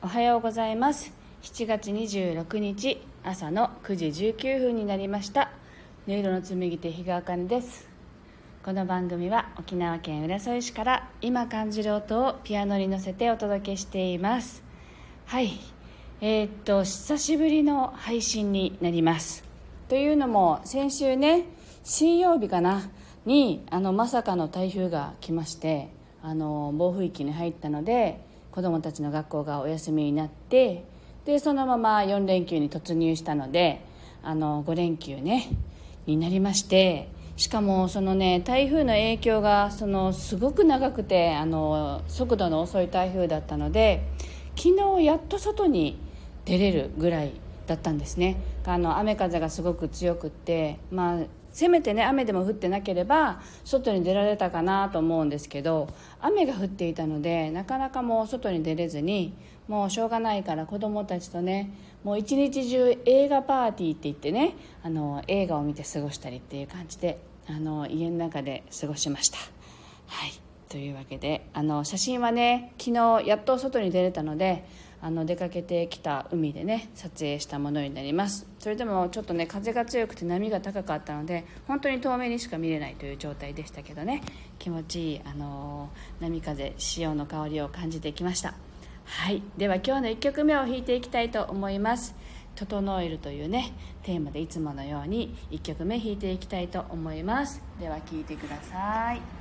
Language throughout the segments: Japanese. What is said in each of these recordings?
はようございます。7月26日朝の9時19分になりました。音色の紡ぎ手日川茜です。この番組は沖縄県浦添市から今感じる音をピアノに乗せてお届けしています。はい、久しぶりの配信になります。というのも先週ね、水曜日かなにまさかの台風が来まして、暴風域に入ったので子どもたちの学校がお休みになって、でそのまま4連休に突入したので5連休ねになりまして、しかもそのね台風の影響がすごく長くて速度の遅い台風だったので、昨日やっと外に出れるぐらいだったんですね。雨風がすごく強くって、せめてね雨でも降ってなければ外に出られたかなと思うんですけど、雨が降っていたのでなかなかもう外に出れずに、もうしょうがないから子どもたちとねもう一日中映画パーティーって言ってね映画を見て過ごしたりっていう感じで家の中で過ごしました。はい、というわけで写真はね昨日やっと外に出れたので出かけてきた海でね撮影したものになります。それでもちょっとね風が強くて波が高かったので本当に遠目にしか見れないという状態でしたけどね、気持ちいい波風潮の香りを感じてきました。はい、では今日の1曲目を弾いていきたいと思います。整えるというねテーマでいつものように1曲目弾いていきたいと思います。では聴いてください。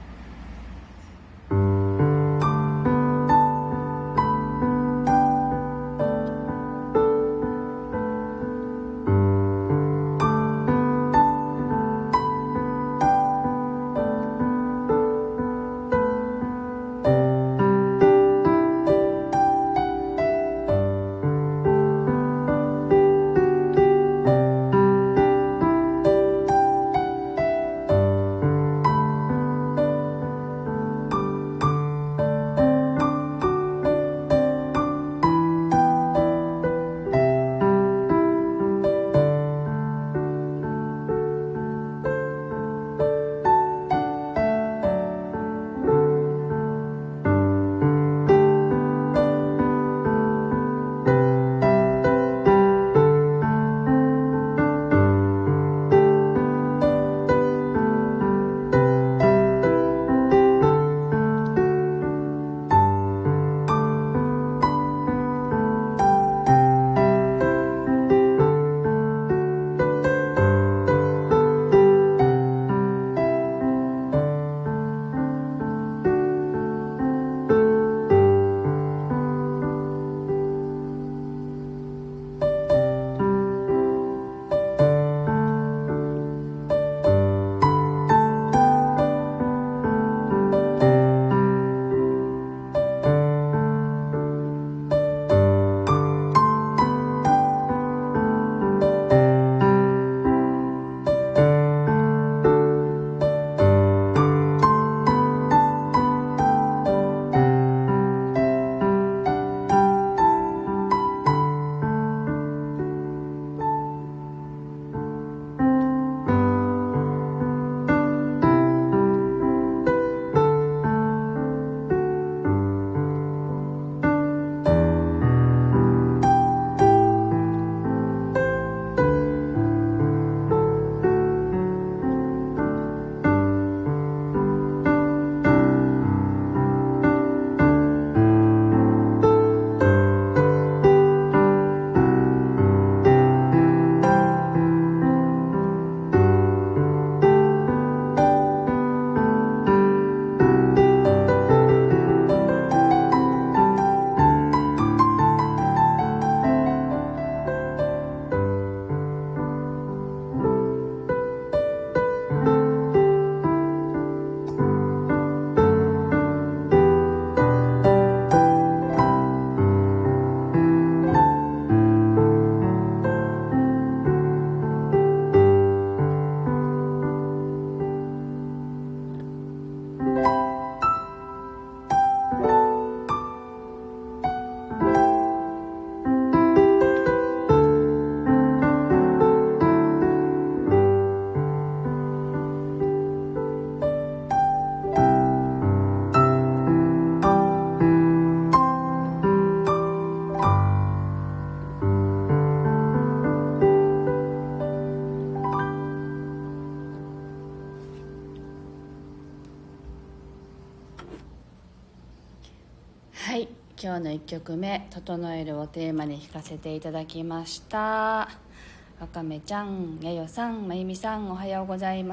今日の1曲目「整える」をテーマに弾かせていただきました。わかめちゃん、やよさん、まゆみさん、おはようございます。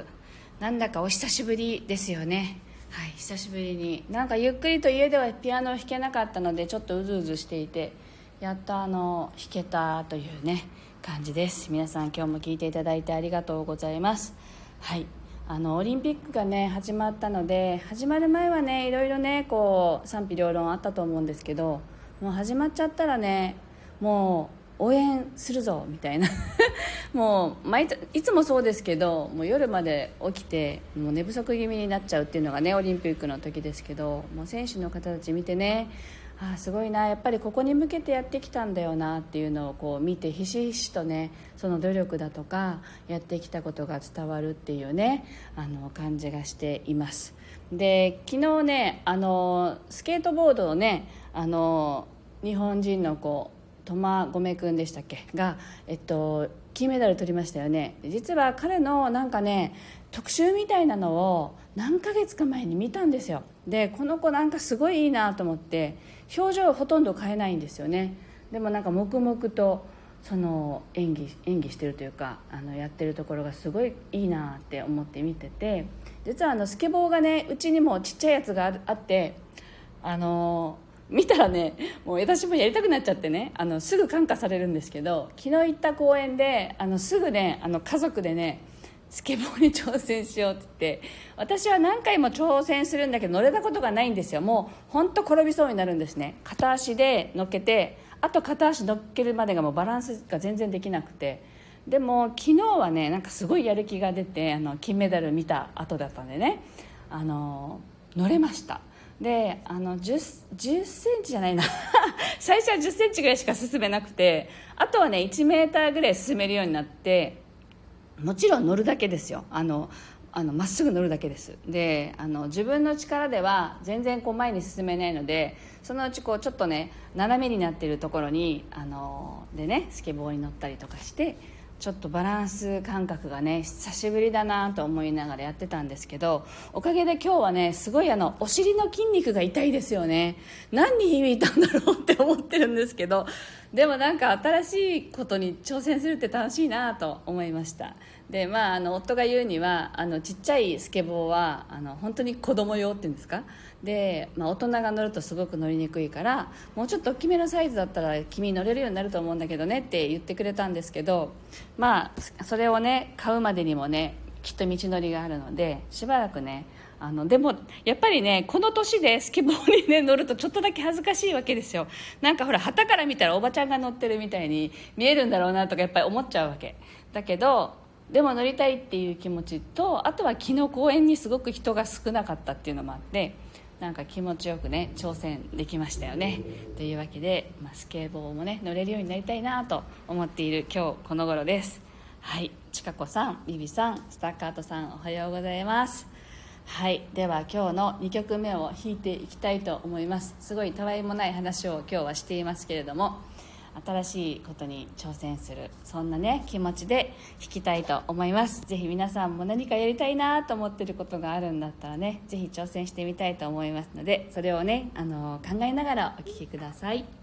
なんだかお久しぶりですよね。はい、久しぶりになんかゆっくりと家ではピアノを弾けなかったのでちょっとうずうずしていて、やっと弾けたというね感じです。皆さん今日も聞いていただいてありがとうございます。はい、オリンピックがね始まったので、始まる前はねいろいろねこう賛否両論あったと思うんですけど、もう始まっちゃったらね、もう応援するぞみたいなもういつもそうですけど、もう夜まで起きてもう寝不足気味になっちゃうっていうのがねオリンピックの時ですけど、もう選手の方たち見てね、すごいな、やっぱりここに向けてやってきたんだよなっていうのをこう見て、ひしひしとねその努力だとかやってきたことが伝わるっていうね感じがしています。で昨日ねスケートボードをね日本人の子苫米くんでしたっけが、金メダル取りましたよね。実は彼のなんかね特集みたいなのを何ヶ月か前に見たんですよ。でこの子なんかすごいいいなと思って、表情ほとんど変えないんですよね。でもなんか黙々とその演技してるというかやってるところがすごいいいなって思って見てて、実はスケボーがねうちにもちっちゃいやつがあって見たらねもう私もやりたくなっちゃってねすぐ感化されるんですけど、昨日行った公園ですぐね家族でねスケボーに挑戦しようって言って、私は何回も挑戦するんだけど乗れたことがないんですよ。もう本当転びそうになるんですね。片足で乗っけて、あと片足乗っけるまでがもうバランスが全然できなくて、でも昨日はねなんかすごいやる気が出て金メダル見た後だったんでね乗れました。で10センチじゃないな最初は10センチぐらいしか進めなくて、あとはね1メーターぐらい進めるようになって、もちろん乗るだけですよ。まっすぐ乗るだけです。で自分の力では全然こう前に進めないので、そのうちこうちょっとね斜めになっているところにでねスケボーに乗ったりとかして、ちょっとバランス感覚がね久しぶりだなと思いながらやってたんですけど、おかげで今日はねすごいお尻の筋肉が痛いですよね。何に響いたんだろうって思ってるんですけど、でもなんか新しいことに挑戦するって楽しいなと思いました。で夫が言うにはちっちゃいスケボーは本当に子供用っていうんですか。で、大人が乗るとすごく乗りにくいから、もうちょっと大きめのサイズだったら君乗れるようになると思うんだけどねって言ってくれたんですけど、それをね買うまでにもねきっと道のりがあるので、しばらくねでもやっぱりねこの年でスケボーに、ね、乗るとちょっとだけ恥ずかしいわけですよ。なんかほら旗から見たらおばちゃんが乗ってるみたいに見えるんだろうなとかやっぱり思っちゃうわけだけど、でも乗りたいっていう気持ちと、あとは昨日公園にすごく人が少なかったっていうのもあって、なんか気持ちよくね挑戦できましたよね。というわけで、スケボーもね乗れるようになりたいなと思っている今日この頃です。はい、ちかこさん、ビビさん、スタッカートさん、おはようございます。はい、では今日の2曲目を弾いていきたいと思います。すごいたわいもない話を今日はしていますけれども、新しいことに挑戦する、そんなね気持ちで弾きたいと思います。ぜひ皆さんも何かやりたいなと思ってることがあるんだったらね、ぜひ挑戦してみたいと思いますので、それをね考えながらお聴きください。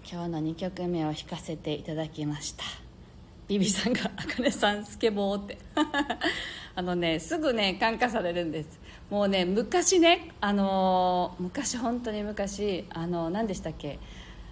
今日の2曲目を弾かせていただきました。ビビさんがあかねさんスケボーってすぐね感化されるんです。もうね昔ね昔本当に昔何でしたっけ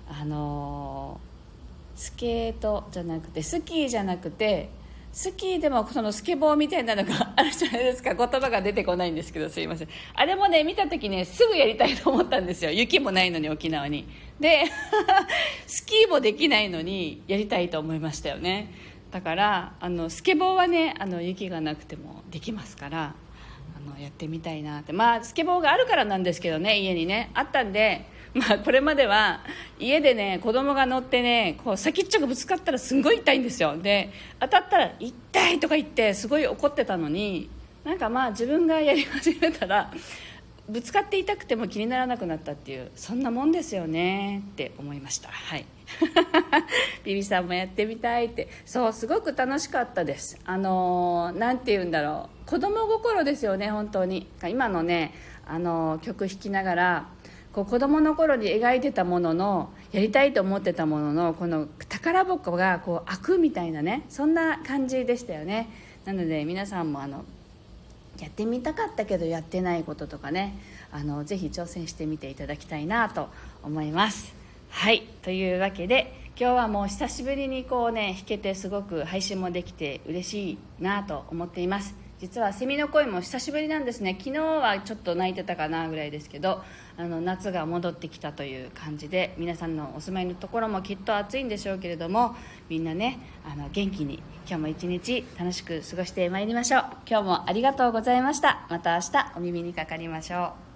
スケートじゃなくてスキーじゃなくてスキーでもそのスケボーみたいなのがあるじゃないですか。言葉が出てこないんですけどすいません。あれもね見た時ねすぐやりたいと思ったんですよ。雪もないのに沖縄にでスキーもできないのにやりたいと思いましたよね。だからスケボーはね雪がなくてもできますからやってみたいなって。スケボーがあるからなんですけどね、家にねあったんで、これまでは家でね子供が乗ってねこう先っちょがぶつかったらすごい痛いんですよ。で当たったら痛いとか言ってすごい怒ってたのに、自分がやり始めたらぶつかって痛くても気にならなくなったっていう、そんなもんですよねって思いました。はいビビさんもやってみたいって。そうすごく楽しかったです。なんて言うんだろう、子供心ですよね本当に。今のね曲弾きながら子供の頃に描いてたもののやりたいと思ってたもののこの宝箱が開くみたいなね、そんな感じでしたよね。なので皆さんもやってみたかったけどやってないこととかねぜひ挑戦してみていただきたいなと思います。はい、というわけで今日はもう久しぶりに弾けてすごく配信もできて嬉しいなと思っています。実はセミの声も久しぶりなんですね。昨日はちょっと泣いてたかなぐらいですけど夏が戻ってきたという感じで、皆さんのお住まいのところもきっと暑いんでしょうけれども、みんなね元気に今日も一日楽しく過ごしてまいりましょう。今日もありがとうございました。また明日お耳にかかりましょう。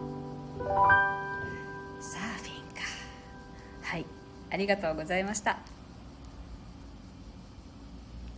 サーフィンか。はい、ありがとうございました。